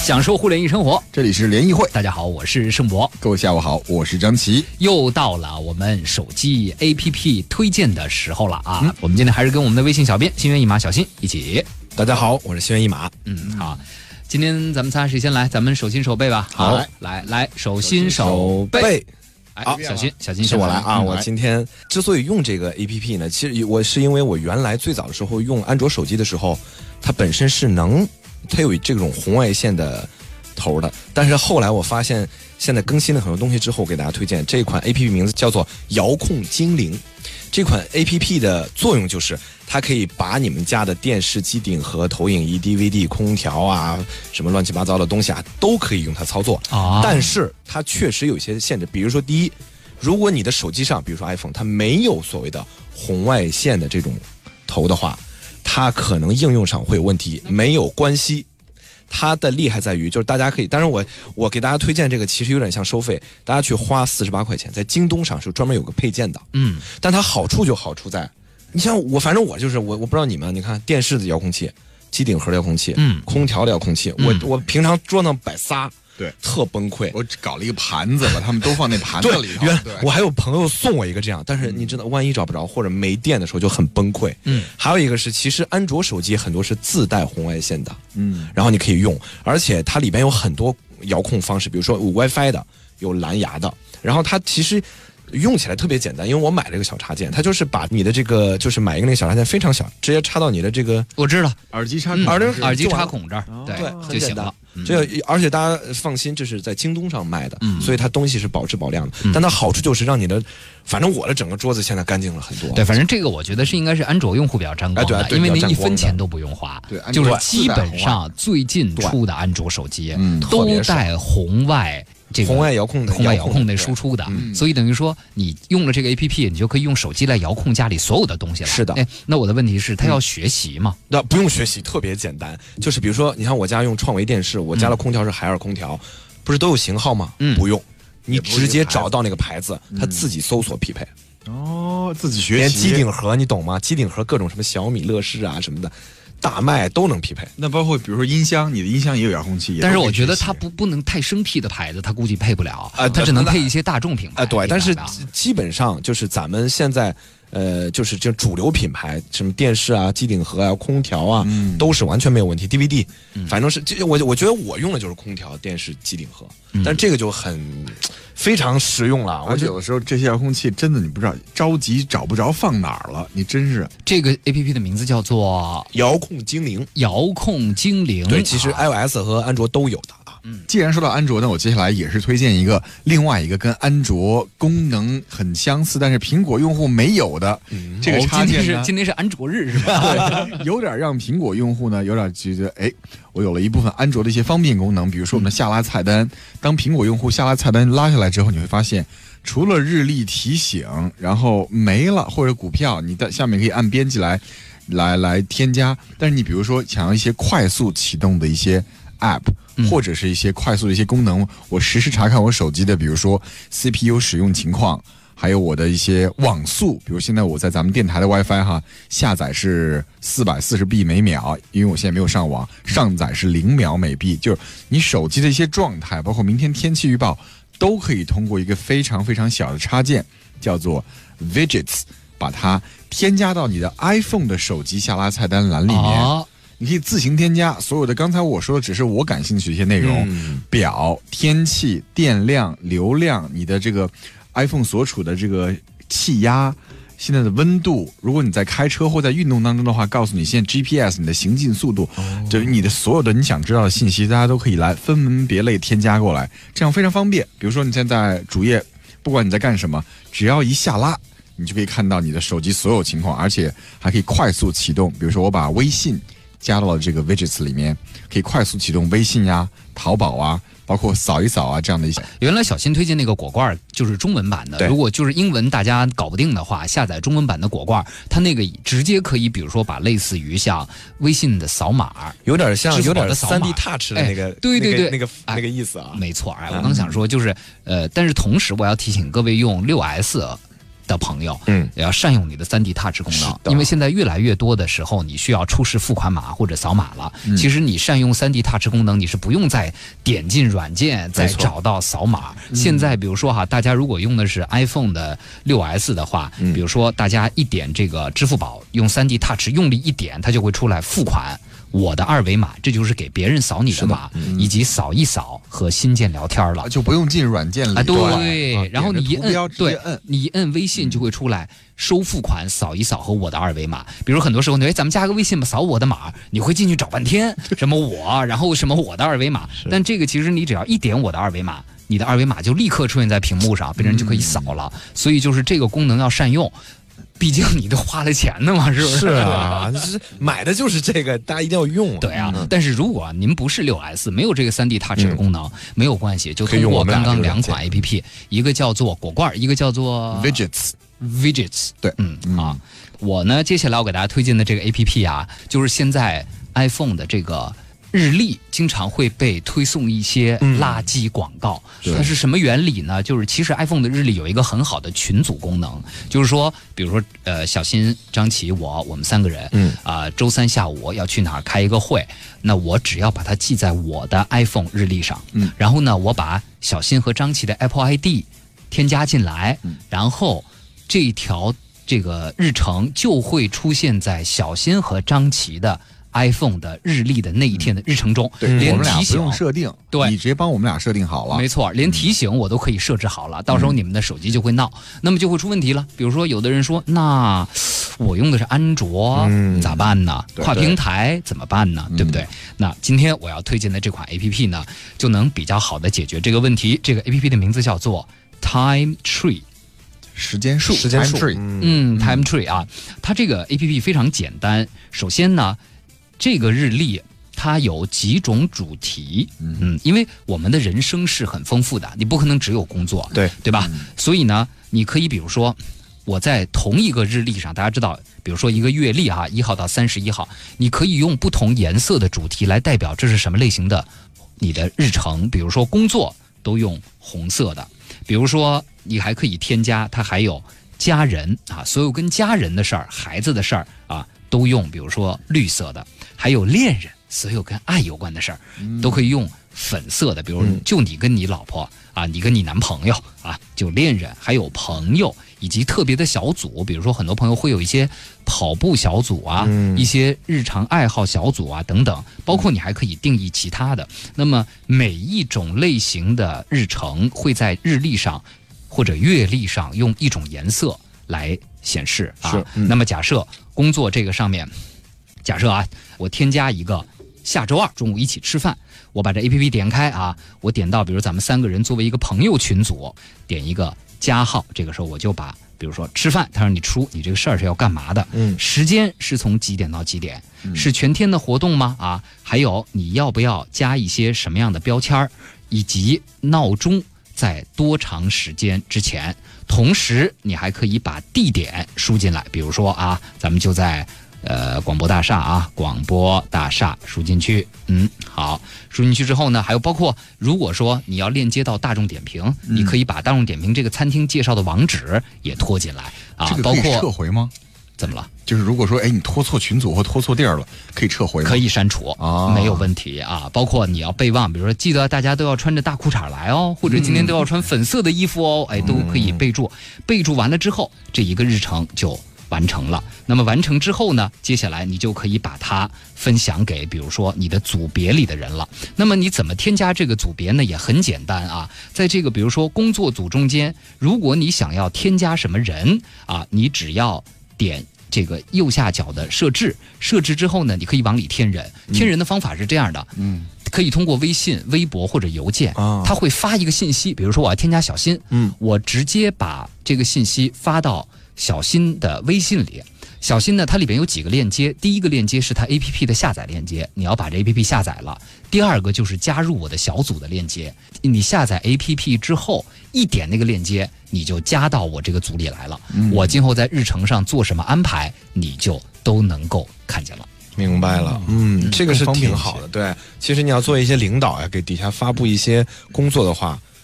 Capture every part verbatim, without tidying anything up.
享受互联易生活， 这里是联谊会。 大家好，我是盛博。 各位下午好，我是张琪。 又到了我们手机 A P P 推荐的时候了啊！嗯、我们今天还是跟我们的微信小编心猿意马小新一起。 大家好，我是心猿意马。 嗯，好，今天咱们仨谁先来？咱们手心手背吧。 好， 来来来，手心手背。好，小新，小新是我来啊！我今天之所以用这个 A P P 呢，其实我是因为我原来最早的时候用安卓手机的时候，它本身是能，它有这种红外线的头的，但是后来我发现，现在更新了很多东西之后，给大家推荐这款 A P P 名字叫做遥控精灵。这款 A P P 的作用就是，它可以把你们家的电视机顶盒、投影仪、D V D、空调啊，什么乱七八糟的东西啊，都可以用它操作。啊，但是它确实有一些限制，比如说第一，如果你的手机上，比如说 iPhone， 它没有所谓的红外线的这种头的话，它可能应用上会有问题。没有关系。它的厉害在于，就是大家可以，当然我我给大家推荐这个，其实有点像收费，大家去花四十八块钱，在京东上是专门有个配件的，嗯，但它好处就好处在，你像我，反正我就是我，我不知道你们，你看电视的遥控器、机顶盒的遥控器、嗯，空调的遥控器，嗯、我我平常桌上摆仨。对，特崩溃。 我搞了一个盘子，把他们都放那盘子里头。 对，我还有朋友送我一个这样，但是你知道，万一找不着或者没电的时候就很崩溃。嗯，还有一个是，其实安卓手机很多是自带红外线的，嗯，然后你可以用，而且它里边有很多遥控方式，比如说有 WiFi 的，有蓝牙的，然后它其实用起来特别简单，因为我买了一个小插件，它就是把你的这个，就是买一个那个小插件非常小，直接插到你的这个， 我知道耳机插耳耳机插孔这儿，对， 就行了。这而且大家放心，这是在京东上卖的，嗯、所以它东西是保质保量的。嗯、但它好处就是让你的，反正我的整个桌子现在干净了很多。 对，反正这个我觉得是应该是安卓用户比较沾光的，哎、对因为您一分钱都不用花。对，就是基本上最近出的安卓手机都带红外。这个红外遥控的红外遥控那输出的，嗯、所以等于说你用了这个 A P P， 你就可以用手机来遥控家里所有的东西了。 是的， 哎，那我的问题是，它要学习吗？ 那、嗯、不用学习，特别简单。就是比如说，你看我家用创维电视，我家的空调是海尔空调，嗯、不是都有型号吗？嗯，不用，你直接找到那个牌子，它自己搜索匹配。 哦，自己学习。 连机顶盒你懂吗？机顶盒各种什么小米、乐视啊什么的。大麦都能匹配， 那包括比如说音箱，你的音箱也有遥控器， 但是我觉得它不不能太生僻的牌子，它估计配不了啊，它只能配一些大众品牌。 啊，对，但是基本上就是咱们现在呃，就是这主流品牌，什么电视啊、机顶盒啊、空调啊，嗯、都是完全没有问题。D V D，、嗯、反正是这我我觉得我用的就是空调、电视、机顶盒，嗯、但是这个就很非常实用了。 而且有的时候这些遥控器真的你不知道着急找不着放哪儿了，你真是。 这个 A P P 的名字叫做遥控精灵， 遥控精灵。 对，其实 iOS 和安卓都有的。 嗯，既然说到安卓呢，我接下来也是推荐一个另外一个跟安卓功能很相似，但是苹果用户没有的、嗯、这个插件呢、 哦、今天是今天是安卓日是吧？ 对，有点让苹果用户呢有点觉得，哎，我有了一部分安卓的一些方便功能，比如说我们的下拉菜单。当苹果用户下拉菜单拉下来之后，你会发现，除了日历提醒，然后没了或者股票，你在下面可以按编辑来来来添加。但是你比如说想要一些快速启动的一些 App。或者是一些快速的一些功能，我实时查看我手机的，比如说 C P U 使用情况，还有我的一些网速，比如现在我在咱们电台的 WiFi 哈，下载是四百四十 B 每秒，因为我现在没有上网，上载是零秒每 B， 就是你手机的一些状态，包括明天天气预报，都可以通过一个非常非常小的插件，叫做 Widgets， 把它添加到你的 iPhone 的手机下拉菜单栏里面。哦，你可以自行添加所有的，刚才我说的只是我感兴趣的一些内容，嗯、表、天气、电量、流量，你的这个 iPhone 所处的这个气压、现在的温度，如果你在开车或在运动当中的话，告诉你现在 G P S 你的行进速度，哦、就是你的所有的你想知道的信息，大家都可以来分门别类添加过来，这样非常方便。比如说你现在在主页，不管你在干什么，只要一下拉，你就可以看到你的手机所有情况，而且还可以快速启动。比如说我把微信加到了这个 widgets 里面，可以快速启动微信呀、淘宝啊，包括扫一扫啊这样的一些。 原来小新推荐那个果罐就是中文版的，如果就是英文大家搞不定的话，下载中文版的果罐，它那个直接可以，比如说把类似于像微信的扫码， 有点像有点三 D touch 的那个， 哎、对对对， 那个、那个、那个意思啊， 没错。哎，我刚想说就是呃，但是同时我要提醒各位用六 S。 的朋友， 嗯， 也要善用你的 三 D Touch 功能，因为现在越来越多的时候，你需要出示付款码或者扫码了。嗯、其实你善用 三 D Touch 功能，你是不用再点进软件再找到扫码。现在比如说哈，大家如果用的是 iPhone 的六 S 的话，嗯、比如说大家一点这个支付宝，用 三 D Touch 用力一点，它就会出来付款。我的二维码，这就是给别人扫你的码，的嗯、以及扫一扫和新建聊天了， 就不用进软件里。 啊，对，啊、然后你一摁，对， 摁你一摁微信就会出来收付款、扫一扫和我的二维码。比如很多时候，你哎，咱们加个微信吧，扫我的码，你会进去找半天，什么我，然后什么我的二维码。但这个其实你只要一点我的二维码，你的二维码就立刻出现在屏幕上，别人就可以扫了。嗯、所以就是这个功能要善用。毕竟你都花了钱的嘛，是不是？ 是啊，是买的就是这个，大家一定要用、啊。 对啊，嗯、但是如果您不是六 S， 没有这个 三 D Touch 的功能，嗯、没有关系，就通过刚刚两款 A P P， 一个叫做果罐，一个叫做 Widgets。Widgets， 对，嗯嗯啊，我呢接下来我给大家推荐的这个 A P P 啊，就是现在 iPhone 的这个。日历经常会被推送一些垃圾广告，嗯、它是什么原理呢？就是其实 iPhone 的日历有一个很好的群组功能，就是说，比如说，呃，小新、张琪、我，我们三个人，嗯，啊、呃，周三下午要去哪儿开一个会，那我只要把它记在我的 iPhone 日历上，嗯，然后呢，我把小新和张琪的 Apple I D 添加进来，嗯、然后这一条这个日程就会出现在小新和张琪的。iPhone 的日历的那一天的日程中， 对，连我们俩不用设定， 对， 你直接帮我们俩设定好了， 没错，连提醒我都可以设置好了，嗯、到时候你们的手机就会闹，那么就会出问题了。比如说，有的人说，那我用的是安卓，嗯、咋办呢？跨平台怎么办呢？对, 对不对？嗯、那今天我要推荐的这款 A P P 呢，就能比较好的解决这个问题。这个 A P P 的名字叫做 Time Tree。 时间树， 时间树， Time Tree， 嗯 ，Time Tree 啊，它这个 A P P 非常简单。首先呢，这个日历它有几种主题，嗯，因为我们的人生是很丰富的，你不可能只有工作， 对对吧？嗯、所以呢，你可以比如说，我在同一个日历上，大家知道，比如说一个月历啊，一号到三十一号，你可以用不同颜色的主题来代表这是什么类型的你的日程，比如说工作都用红色的。比如说，你还可以添加，它还有家人啊，所有跟家人的事儿、孩子的事儿啊，都用，比如说绿色的；还有恋人，所有跟爱有关的事儿，都可以用粉色的。比如就你跟你老婆啊，你跟你男朋友啊，就恋人；还有朋友，以及特别的小组，比如说很多朋友会有一些跑步小组啊，嗯、一些日常爱好小组啊等等，包括你还可以定义其他的。那么每一种类型的日程会在日历上或者月历上用一种颜色来显示啊。 是嗯、 那么假设工作这个上面，假设啊，我添加一个下周二中午一起吃饭，我把这 A P P 点开啊，我点到比如咱们三个人作为一个朋友群组，点一个加号，这个时候我就把比如说吃饭，他让你出，你这个事儿是要干嘛的？嗯，时间是从几点到几点？嗯、是全天的活动吗？啊，还有你要不要加一些什么样的标签，以及闹钟在多长时间之前？同时，你还可以把地点输进来，比如说啊，咱们就在。呃，广播大厦啊，广播大厦输进去，嗯，好，输进去之后呢，还有包括如果说你要链接到大众点评，嗯、你可以把大众点评这个餐厅介绍的网址也拖进来啊， 这个可以撤回吗？ 怎么了？ 就是如果说，哎，你拖错群组或拖错地儿了，可以撤回吗？ 可以删除啊，没有问题啊。包括你要备忘，比如说记得大家都要穿着大裤衩来哦，或者今天都要穿粉色的衣服哦，嗯、哎，都可以备注。备注完了之后，这一个日程就完成了。那么完成之后呢，接下来你就可以把它分享给比如说你的组别里的人了。那么你怎么添加这个组别呢？也很简单啊，在这个比如说工作组中间，如果你想要添加什么人啊，你只要点这个右下角的设置，设置之后呢，你可以往里添人。添人的方法是这样的，嗯，可以通过微信、微博或者邮件，啊，他会发一个信息，比如说我要添加小新，嗯，我直接把这个信息发到小新的微信里。小新呢，它里边有几个链接，第一个链接是它 A P P 的下载链接，你要把这 A P P 下载了。第二个就是加入我的小组的链接，你下载 A P P 之后，一点那个链接，你就加到我这个组里来了。嗯、我今后在日程上做什么安排，你就都能够看见了。 明白了，嗯，这个是挺好的。对，其实你要做一些领导呀，给底下发布一些工作的话，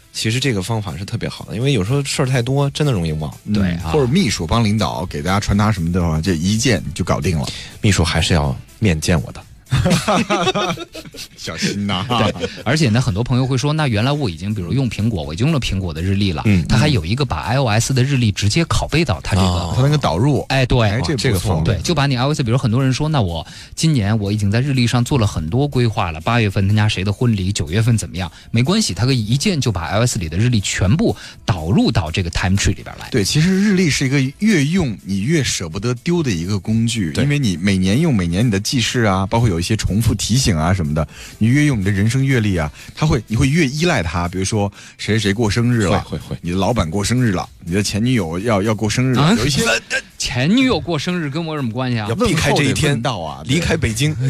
其实这个方法是特别好的，因为有时候事儿太多，真的容易忘。 对啊， 或者秘书帮领导给大家传达什么的话，这一键就搞定了。 秘书还是要面见我的。 小心呐、 对，而且呢，很多朋友会说，那原来我已经比如用苹果，我已经用了苹果的日历了， 嗯， 它还有一个把 iOS 的日历直接拷贝到它这个， 哦它能够导入。 哎，对， 哎，这这个不错方便对，就把你 iOS， 比如很多人说，那我今年我已经在日历上做了很多规划了，八月份参加谁的婚礼，九月份怎么样？没关系，它可以一键就把 iOS 里的日历全部导入到这个 Time Tree 里边来。 对，其实日历是一个越用你越舍不得丢的一个工具，因为你每年用，每年你的记事啊，包括有一些重复提醒啊什么的，你越用你的人生阅历啊，它会你会越依赖它。比如说谁谁谁过生日了， 会会会， 你的老板过生日了，你的前女友要要过生日了， 啊有一些前女友过生日跟我有什么关系啊要？避开这一天问到啊， 离开北京。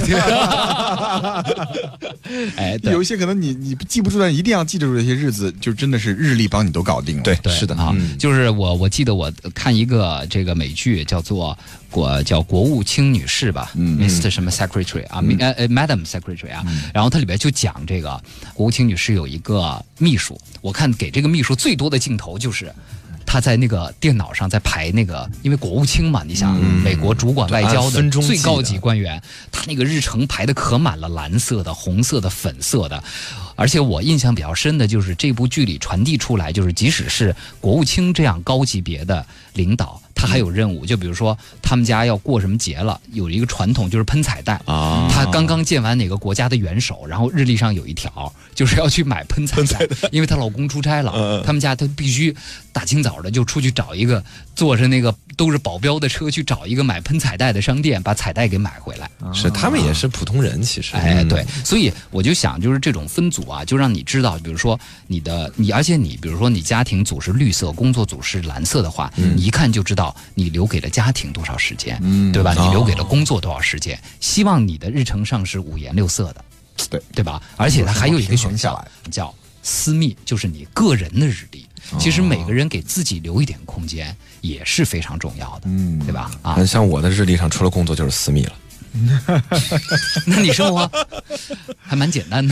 哎，对有一些可能你你记不住，但一定要记得住这些日子，就真的是日历帮你都搞定了。 对， 对是的啊， 嗯就是我我记得我看一个这个美剧叫做国叫国务卿女士吧， 嗯 ，Mister 什么 Secretary 啊， 嗯呃呃 Madam Secretary 啊，然后它里边就讲这个国务卿女士有一个秘书，我看给这个秘书最多的镜头就是他在那个电脑上在排那个，因为国务卿嘛，你想、 嗯美国主管外交的按分钟计的最高级官员，他那个日程排的可满了，蓝色的、红色的、粉色的。而且我印象比较深的就是这部剧里传递出来，就是即使是国务卿这样高级别的领导，他还有任务，就比如说他们家要过什么节了，有一个传统就是喷彩带啊他刚刚见完哪个国家的元首，然后日历上有一条就是要去买喷彩带，因为她老公出差了， 嗯他们家她必须大清早的就出去找一个坐着那个都是保镖的车去找一个买喷彩带的商店，把彩带给买回来。 是他们也是普通人，其实。 哎， 嗯对，所以我就想，就是这种分组啊，就让你知道，比如说你的你，而且你比如说你家庭组是绿色，工作组是蓝色的话，你一看就知道你留给了家庭多少时间， 嗯对吧？ 哦你留给了工作多少时间？希望你的日程上是五颜六色的， 对对吧？而且它还有一个选平衡下项来叫私密，就是你个人的日历。其实每个人给自己留一点空间也是非常重要的， 嗯对吧？啊， 那像我的日历上，除了工作就是私密了。 那你生活还蛮简单的。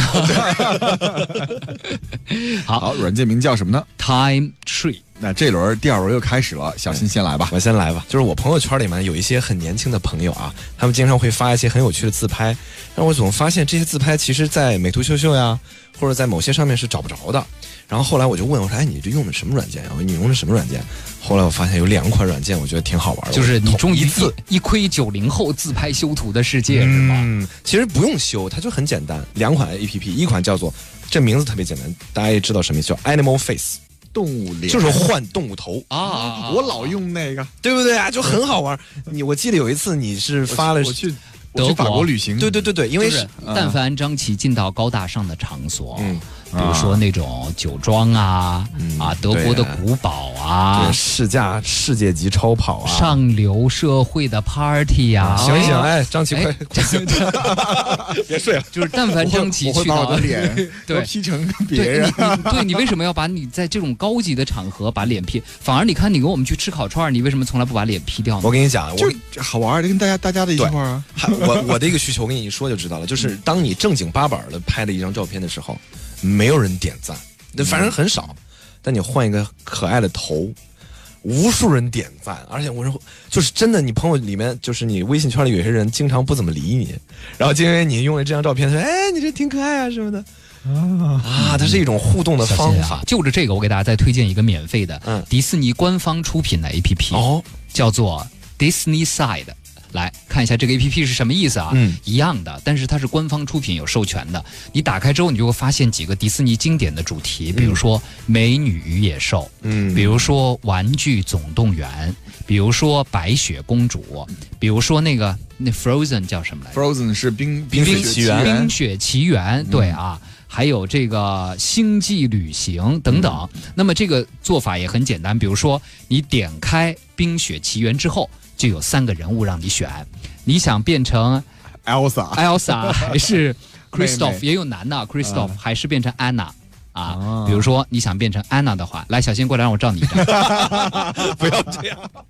好好，软件名叫什么呢？ ，Time Tree。 那这轮第二轮又开始了，小新先来吧。 我先来吧，就是我朋友圈里面有一些很年轻的朋友啊，他们经常会发一些很有趣的自拍，但我总发现这些自拍其实在美图秀秀呀，或者在某些上面是找不着的。然后后来我就问我说：“哎，你这用的什么软件呀？你用的什么软件？”后来我发现有两款软件，我觉得挺好玩的。 就是你终于一次一窥九零后自拍修图的世界，是吗？ 嗯，其实不用修，它就很简单。两款 A P P，一款叫做这名字特别简单，大家也知道什么意思，叫 Animal Face， 动物脸就是换动物头。 啊， 我老用那个， 对不对啊？就很好玩。你我记得有一次你是发了我去德国我去法国旅行， 对对对对，因为就是是但凡张琪进到高大上的场所， 嗯比如说那种酒庄啊， 嗯啊，德国的古堡啊对，试驾世界级超跑啊， 上流社会的 party 呀、啊， 醒醒，哎，张琪哎快别睡了。 就是但凡张琪我会把我去到的脸对都 P 成别对人。 你你对你为什么要把你在这种高级的场合把脸 P？反而你看你跟我们去吃烤串，你为什么从来不把脸 P 掉呢？ 我跟你讲，我就好玩的，跟大家大家的一块儿啊。 还我我的一个需求，我跟你一说就知道了，就是当你正经八百的拍的一张照片的时候，没有人点赞，反正很少，但你换一个可爱的头，无数人点赞，而且我说就是真的，你朋友里面就是你微信圈里有些人经常不怎么理你，然后就因为你用了这张照片，说哎你这挺可爱啊什么的啊，它是一种互动的方法啊。就着这个，我给大家再推荐一个免费的， 嗯迪士尼官方出品的 A P P， 哦， 叫做 Disney Side。来看一下这个 A P P 是什么意思啊？ 嗯， 一样的，但是它是官方出品，有授权的。你打开之后，你就会发现几个迪士尼经典的主题，比如说《美女与野兽》， 嗯比如说《玩具总动员》，比如说《白雪公主》，比如说那个那 Frozen 叫什么来着？ Frozen 是冰冰雪雪奇缘冰雪奇缘，对啊。还有这个星际旅行等等， 嗯那么这个做法也很简单，比如说你点开《冰雪奇缘》之后，就有三个人物让你选，你想变成 Elsa Elsa 还是妹 Kristoff， 妹也有男的 Kristoff，、还是变成 Anna 啊？ 啊比如说你想变成 Anna 的话，来，小新过来让我照你一张。 不要这样。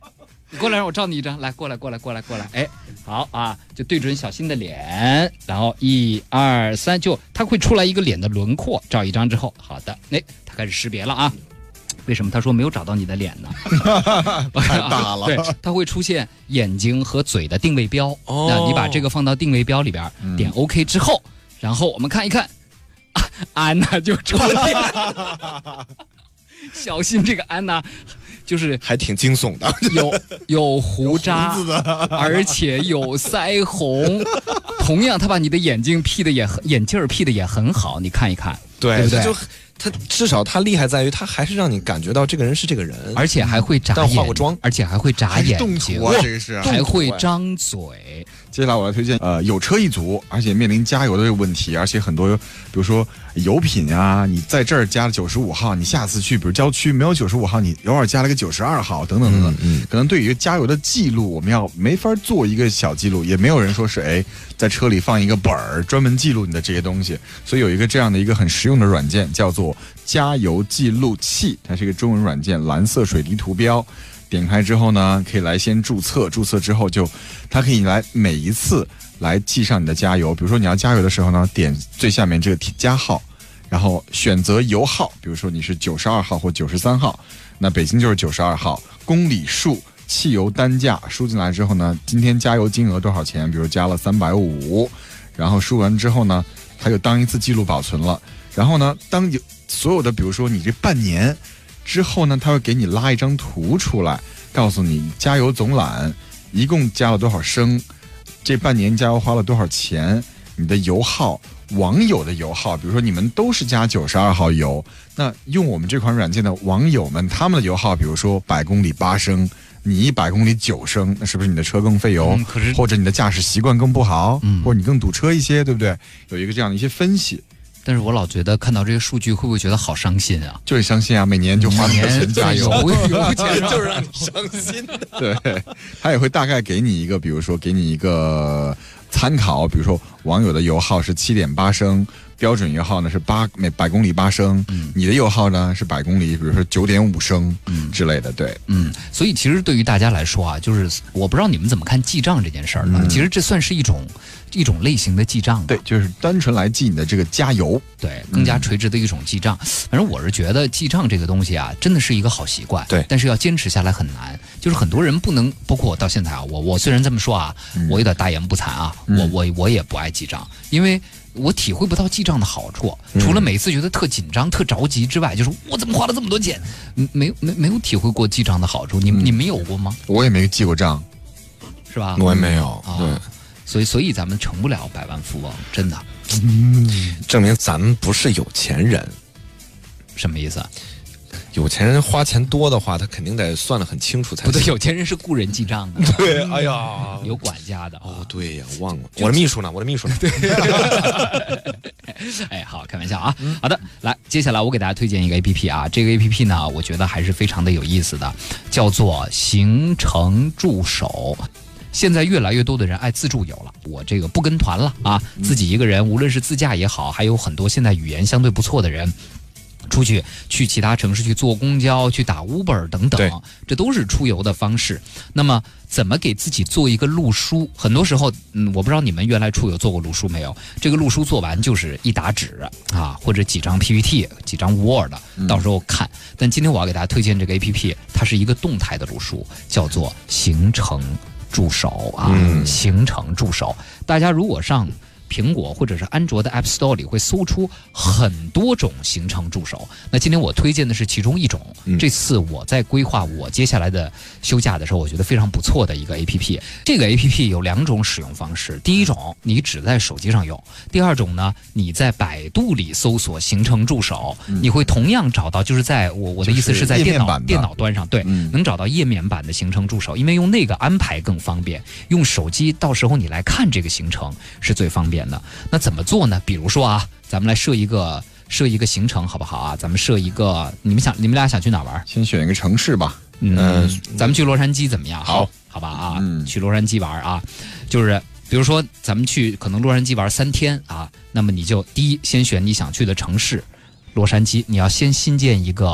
你过来让我照你一张，来过来过来过来过来，哎，好啊，就对准小新的脸，然后一二三，就它会出来一个脸的轮廓，照一张之后，好的，哎，它开始识别了啊。为什么他说没有找到你的脸呢？ 太大了。 对，它会出现眼睛和嘴的定位标。 哦， 那你把这个放到定位标里边， 嗯、 点 OK 之后，然后我们看一看，啊、安娜就出现了。小心这个安娜，就是还挺惊悚的， 有有胡渣，而且有腮红。同样，他把你的眼睛 P 的也很，眼镜 P 的也很好，你看一看， 对， 对不对？ 就他至少他厉害在于他还是让你感觉到这个人是这个人， 而且还会眨眼， 但化过妆， 而且还会眨眼睛， 啊、这个是还会张嘴。 接下来我来推荐，呃，有车一族，而且面临加油的这个问题，而且很多，比如说油品啊，你在这儿加了九十五号，你下次去，比如郊区没有九十五号，你偶尔加了个九十二号，等等等等， 嗯嗯、 可能对于一个加油的记录，我们要没法做一个小记录，也没有人说是哎，在车里放一个本儿专门记录你的这些东西，所以有一个这样的一个很实用的软件，叫做加油记录器，它是一个中文软件，蓝色水滴图标。点开之后呢，可以来先注册，注册之后就，它可以来每一次来记上你的加油。比如说你要加油的时候呢，点最下面这个加号，然后选择油号，比如说你是九十二号或九十三号，那北京就是九十二号。公里数、汽油单价输进来之后呢，今天加油金额多少钱？比如加了三百五，然后输完之后呢，它就当一次记录保存了。然后呢，当有所有的，比如说你这半年。之后呢，他会给你拉一张图出来，告诉你加油总览一共加了多少升，这半年加油花了多少钱，你的油耗，网友的油耗，比如说你们都是加九十二号油，那用我们这款软件的网友们，他们的油耗，比如说百公里八升，你一百公里九升，那是不是你的车更费油？ 嗯、可是或者你的驾驶习惯更不好， 嗯， 或者你更堵车一些，对不对？有一个这样的一些分析。 但是我老觉得看到这些数据会不会觉得好伤心啊？ 就是伤心啊！每年就花很多钱加油， 油钱就是让你伤心的。 对，他也会大概给你一个，比如说给你一个参考，比如说网友的油耗是七点八升，标准油耗呢是八每百公里八升，嗯，你的油耗呢是百公里，比如说九点五升，嗯之类的，对， 嗯，所以其实对于大家来说啊，就是我不知道你们怎么看记账这件事儿呢？嗯、其实这算是一种一种类型的记账， 对，就是单纯来记你的这个加油， 对，更加垂直的一种记账。嗯、反正我是觉得记账这个东西啊，真的是一个好习惯， 对， 但是要坚持下来很难。就是很多人不能，包括我到现在啊，我我虽然这么说啊，嗯、我有点大言不惭啊，嗯、我我我也不爱记账，因为。我体会不到记账的好处，除了每次觉得特紧张、特着急之外，就是我怎么花了这么多钱，没有没没有体会过记账的好处。你你们有过吗？ 我也没记过账， 是吧？ 我也没有。 啊、 对， 所以所以咱们成不了百万富翁，真的。 嗯，证明咱们不是有钱人。 什么意思？ 有钱人花钱多的话，他肯定得算得很清楚才行。 不对，有钱人是雇人记账的。 对，哎呀， 有管家的。 哦，对呀，忘了。我的秘书呢？我的秘书呢？ 对。哎，好，开玩笑啊。嗯、好的，来，接下来我给大家推荐一个 A P P 啊，这个 A P P 呢，我觉得还是非常的有意思的，叫做行程助手。现在越来越多的人爱自助游了，我这个不跟团了啊，自己一个人，无论是自驾也好，还有很多现在语言相对不错的人。出去去其他城市去坐公交、去打 Uber 等等，这都是出游的方式。那么，怎么给自己做一个路书？很多时候，嗯，我不知道你们原来出游做过路书没有？这个路书做完就是一沓纸啊，或者几张 P P T、几张 Word， 到时候看。嗯、但今天我要给大家推荐这个 A P P， 它是一个动态的路书，叫做行程助手啊，嗯、行程助手。大家如果上苹果或者是安卓的 App Store 里会搜出很多种行程助手，那今天我推荐的是其中一种。嗯、这次我在规划我接下来的休假的时候，我觉得非常不错的一个 A P P。这个 A P P 有两种使用方式，第一种你只在手机上用，第二种呢你在百度里搜索行程助手，嗯、你会同样找到，就是在我我的意思是在电脑电脑端上，对，嗯、能找到页面版的行程助手，因为用那个安排更方便，用手机到时候你来看这个行程是最方便。那怎么做呢？比如说啊，咱们来设一个设一个行程，好不好啊？咱们设一个，你们想你们俩想去哪玩？ 先选一个城市吧。 嗯，呃、咱们去洛杉矶怎么样？ 好， 好吧啊，嗯、去洛杉矶玩啊，就是比如说咱们去可能洛杉矶玩三天啊，那么你就第一先选你想去的城市，洛杉矶，你要先新建一个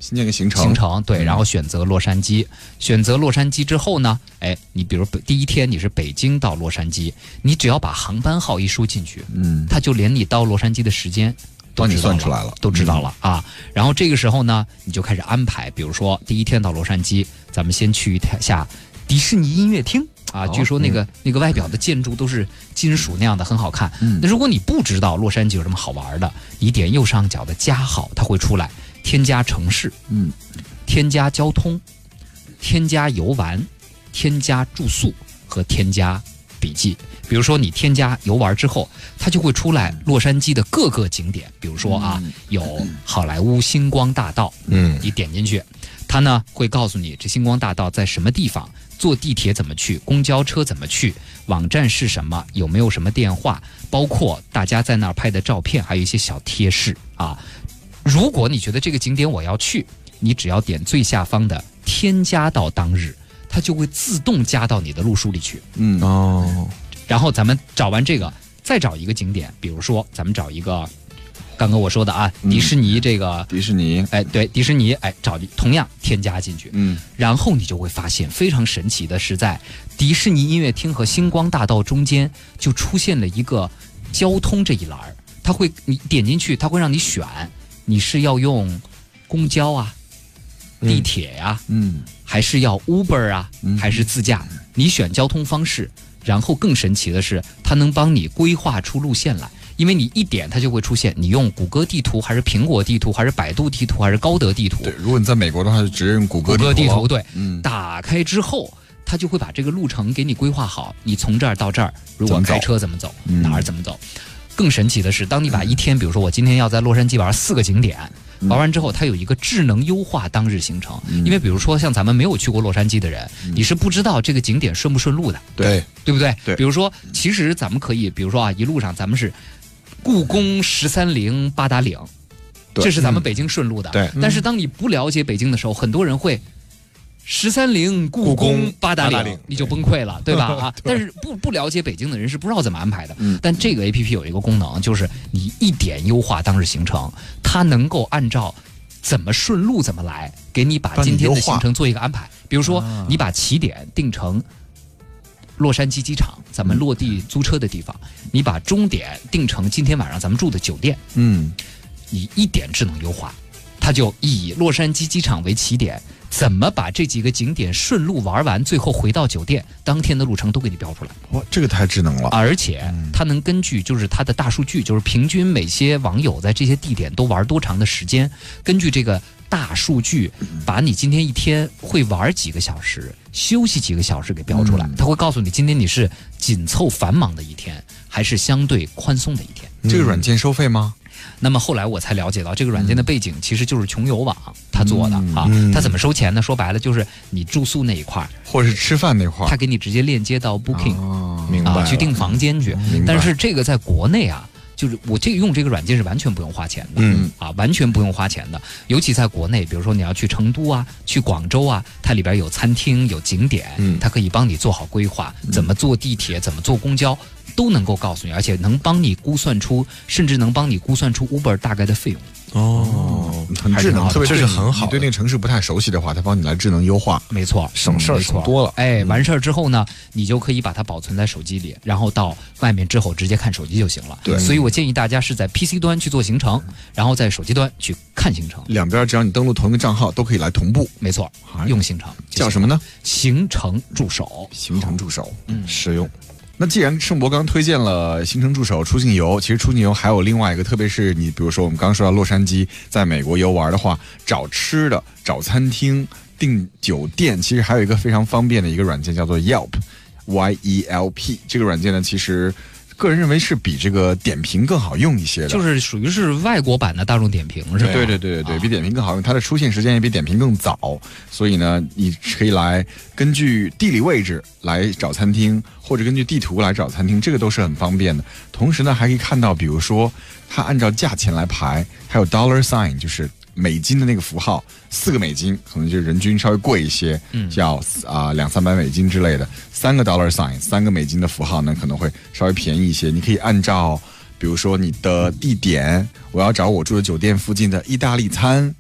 新建个行程， 行程对，然后选择洛杉矶，选择洛杉矶之后呢，哎，你比如第一天你是北京到洛杉矶，你只要把航班号一输进去， 嗯， 它就连你到洛杉矶的时间都帮你知道算出来了， 都知道了、嗯、啊。然后这个时候呢，你就开始安排，比如说第一天到洛杉矶，咱们先去一下迪士尼音乐厅。啊，据说那个、嗯、那个外表的建筑都是金属那样的，很好看。嗯，那如果你不知道洛杉矶有什么好玩的，你点右上角的加号，它会出来添加城市，嗯，添加交通，添加游玩，添加住宿和添加笔记。比如说你添加游玩之后，它就会出来洛杉矶的各个景点，比如说啊，嗯、有好莱坞星光大道，嗯，你点进去，它呢会告诉你这星光大道在什么地方。坐地铁怎么去，公交车怎么去，网站是什么，有没有什么电话，包括大家在那儿拍的照片，还有一些小贴士啊。如果你觉得这个景点我要去，你只要点最下方的添加到当日，它就会自动加到你的路书里去。嗯哦，然后咱们找完这个，再找一个景点，比如说咱们找一个。刚刚我说的啊，迪士尼这个、 嗯、迪士尼， 哎，对，迪士尼，哎，找同样添加进去，嗯，然后你就会发现非常神奇的是，在迪士尼音乐厅和星光大道中间就出现了一个交通这一栏，它会你点进去，它会让你选，你是要用公交啊、地铁呀、啊，嗯，还是要 Uber 啊，嗯、还是自驾？你选交通方式，然后更神奇的是，它能帮你规划出路线来。因为你一点它就会出现，你用谷歌地图还是苹果地图还是百度地图还是高德地图？ 对，如果你在美国的话，就直接用谷歌地图。 谷歌地图对，嗯，打开之后，它就会把这个路程给你规划好。你从这儿到这儿，如果开车怎么走，嗯、哪儿怎么走？更神奇的是，当你把一天，比如说我今天要在洛杉矶玩四个景点，嗯、玩完之后，它有一个智能优化当日行程。嗯、因为比如说像咱们没有去过洛杉矶的人，嗯、你是不知道这个景点顺不顺路的， 对对不对？ 对。 比如说，其实咱们可以，比如说啊，一路上咱们是。故宫、十三陵、八达岭，这是咱们北京顺路的。 对， 但是当你不了解北京的时候，很多人会十三陵、故宫、八达岭，你就崩溃了，对吧？啊，但是不不了解北京的人是不知道怎么安排的。嗯，但这个 A P P 有一个功能，就是你一点优化当日行程，它能够按照怎么顺路怎么来，给你把今天的行程做一个安排。比如说，你把起点定成洛杉矶机场，咱们落地租车的地方，你把终点定成今天晚上咱们住的酒店，嗯，你一点智能优化，它就以洛杉矶机场为起点，怎么把这几个景点顺路玩完，最后回到酒店，当天的路程都给你标出来。 哇，这个太智能了！ 而且它能根据就是它的大数据，就是平均每些网友在这些地点都玩多长的时间，根据这个大数据，把你今天一天会玩几个小时，休息几个小时给标出来。它会告诉你今天你是紧凑繁忙的一天，还是相对宽松的一天。 这个软件收费吗？ 那么后来我才了解到，这个软件的背景其实就是穷游网他做的、嗯、啊。他怎么收钱呢？说白了就是你住宿那一块， 或者是吃饭那块， 他给你直接链接到 Booking，、 哦、明白、 啊，去订房间去。但是这个在国内啊，就是我这个用这个软件是完全不用花钱的，嗯啊，完全不用花钱的。尤其在国内，比如说你要去成都啊，去广州啊，它里边有餐厅、有景点，嗯，它可以帮你做好规划，怎么坐地铁，怎么坐公交。都能够告诉你，而且能帮你估算出，甚至能帮你估算出 Uber 大概的费用。 哦，很智能，特别这是很好。 你对那个城市不太熟悉的话，它帮你来智能优化。 没错， 省事儿省多了。 哎，完事儿之后呢，你就可以把它保存在手机里，然后到外面之后直接看手机就行了。 对， 所以我建议大家是在 P C 端去做行程，然后在手机端去看行程。 两边只要你登录同一个账号，都可以来同步。 没错，用行程叫什么呢？ 行程助手。 行程助手， 嗯，实用。 那既然盛博刚推荐了行程助手出境游，其实出境游还有另外一个，特别是你比如说我们刚刚说到洛杉矶，在美国游玩的话，找吃的、找餐厅、订酒店，其实还有一个非常方便的一个软件叫做 Yelp，Y E L P。这个软件呢，其实个人认为是比这个点评更好用一些的， 就是属于是外国版的大众点评，是吧？ 对对对对对，比点评更好用，它的出现时间也比点评更早，所以呢，你可以来根据地理位置来找餐厅，或者根据地图来找餐厅，这个都是很方便的。同时呢，还可以看到，比如说它按照价钱来排，还有 dollar sign， 就是美金的那个符号，四个美金可能就人均稍微贵一些，嗯，要啊、呃、两三百美金之类的。三个 dollar sign， 三个美金的符号呢，可能会稍微便宜一些。你可以按照，比如说你的地点，我要找我住的酒店附近的意大利餐，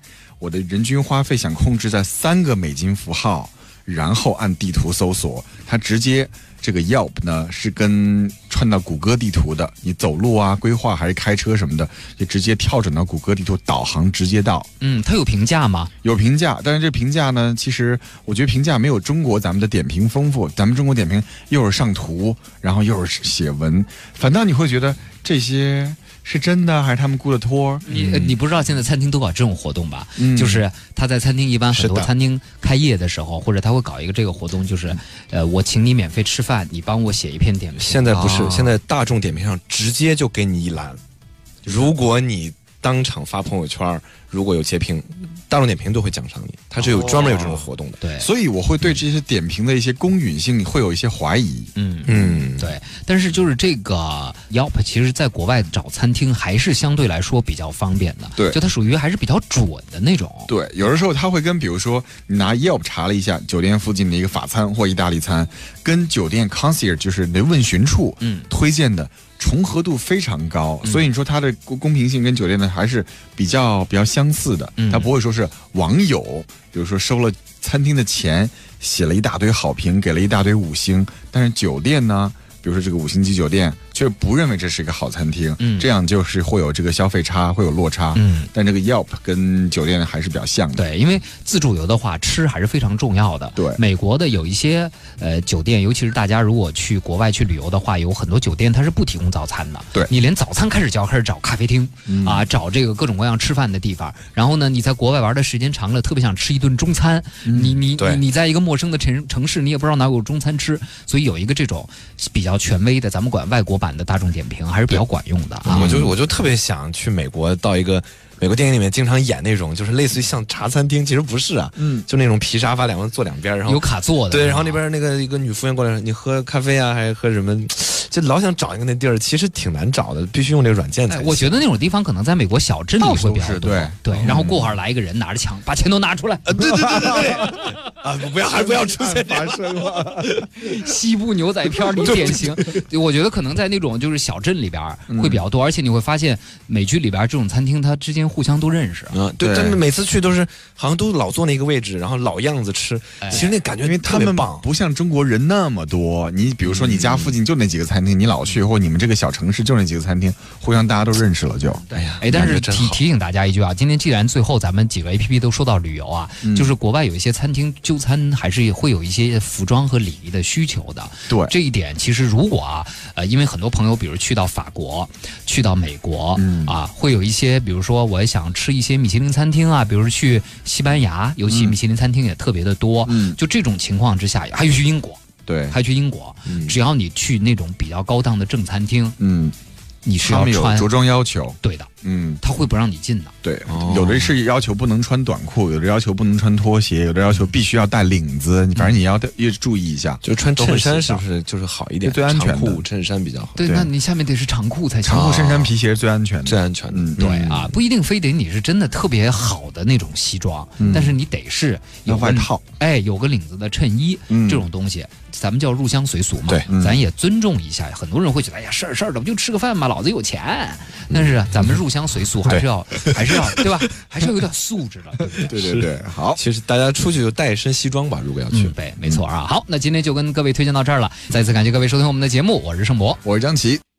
我的人均花费想控制在三个美金符号，然后按地图搜索，它直接这个 Yelp 呢是跟串到谷歌地图的，你走路啊、规划还是开车什么的，就直接跳转到谷歌地图导航直接到。 嗯，它有评价吗？ 有评价，但是这评价呢，其实我觉得评价没有中国咱们的点评丰富。咱们中国点评又是上图，然后又是写文，反倒你会觉得这些是真的还是他们雇的托？ 你、嗯、你不知道现在餐厅都搞这种活动吧？ 嗯， 就是他在餐厅一般很多是的餐厅开业的时候，或者他会搞一个这个活动，就是呃，我请你免费吃饭，你帮我写一篇点评。 现在不是， 哦现在大众点评上直接就给你一栏，如果你当场发朋友圈，如果有截屏，大众点评都会奖赏你，它是有专门有这种活动的。 对， 所以我会对这些点评的一些公允性会有一些怀疑。 嗯嗯， 对。但是就是这个 Yelp， 其实在国外找餐厅还是相对来说比较方便的。 对， 就它属于还是比较准的那种。 对，有的时候他会跟，比如说你拿 Yelp 查了一下酒店附近的一个法餐或意大利餐，跟酒店 concierge 就是你的问询处嗯推荐的重合度非常高， 嗯、 所以你说它的公平性跟酒店呢还是比较比较相似的。 嗯， 它不会说是网友，比如说收了餐厅的钱，写了一大堆好评，给了一大堆五星，但是酒店呢，比如说这个五星级酒店却不认为这是一个好餐厅， 嗯， 这样就是会有这个消费差，会有落差。 嗯， 但这个 Yelp 跟酒店还是比较像的。 对，因为自助游的话，吃还是非常重要的。 对， 美国的有一些呃酒店，尤其是大家如果去国外去旅游的话，有很多酒店它是不提供早餐的。 对， 你连早餐开始就要开始找咖啡厅、嗯、啊，找这个各种各样吃饭的地方。然后呢，你在国外玩的时间长了，特别想吃一顿中餐，嗯、你你你你在一个陌生的城城市，你也不知道哪有中餐吃，所以有一个这种比较权威的，咱们管外国版的大众点评还是比较管用的啊。 我就我就特别想去美国，到一个美国电影里面经常演那种，就是类似于像茶餐厅，其实不是啊，嗯，就那种皮沙发，两个人坐两边，然后有卡座的， 对，然后那边那个一个女服务员过来，你喝咖啡啊，还是喝什么？就老想找一个那地儿，其实挺难找的，必须用这个软件才行。 哎。我觉得那种地方可能在美国小镇里会比较多， 对对。然后过会儿来一个人拿着枪，把钱都拿出来， 啊，对对对对对，啊，不要还是不要出现发生了。 西部牛仔片里典型，我觉得可能在那种就是小镇里边会比较多，而且你会发现美剧里边这种餐厅，它之间互相都认识。 嗯，对，但是每次去都是好像都老坐那个位置，然后老样子吃， 哎、 其实那感觉因为他们不像中国人那么多。你比如说你家附近就那几个餐厅，你老去，或者你们这个小城市就那几个餐厅，互相大家都认识了就。 哎呀， 哎，但是提提醒大家一句啊，今天既然最后咱们几个 A P P 都说到旅游啊，嗯、就是国外有一些餐厅就餐还是会有一些服装和礼仪的需求的。 对， 这一点其实如果啊，呃，因为很多朋友比如去到法国、去到美国、嗯、啊，会有一些比如说我想吃一些米其林餐厅啊，比如去西班牙，尤其米其林餐厅也特别的多。嗯，就这种情况之下，还有去英国。 对， 还去英国、嗯，只要你去那种比较高档的正餐厅，嗯，你是要穿着装要求， 对的， 嗯， 他会不让你进的。 对、哦，有的是要求不能穿短裤，有的要求不能穿拖鞋，有的要求必须要带领子，反正你要也注意一下。 就穿衬衫是不是就是好一点？ 最安全的， 长裤衬衫比较好。 对，那你下面得是长裤才行。 长裤、衬衫、皮鞋是最安全的， 最安全的。 嗯， 对啊，不一定非得你是真的特别好的那种西装，嗯、但是你得是有外套， 哎，有个领子的衬衣、嗯、这种东西。咱们叫入乡随俗嘛， 对、 嗯，咱也尊重一下。很多人会觉得，哎呀，事儿事儿的，不就吃个饭嘛，老子有钱。但是咱们入乡随俗，还是要，还是要，对吧？还是要有点素质的，对不对？对对对，好。 其实大家出去就带一身西装吧，如果要去。 嗯、对，没错啊。好，那今天就跟各位推荐到这儿了。再次感谢各位收听我们的节目，我是盛博， 我是张琪。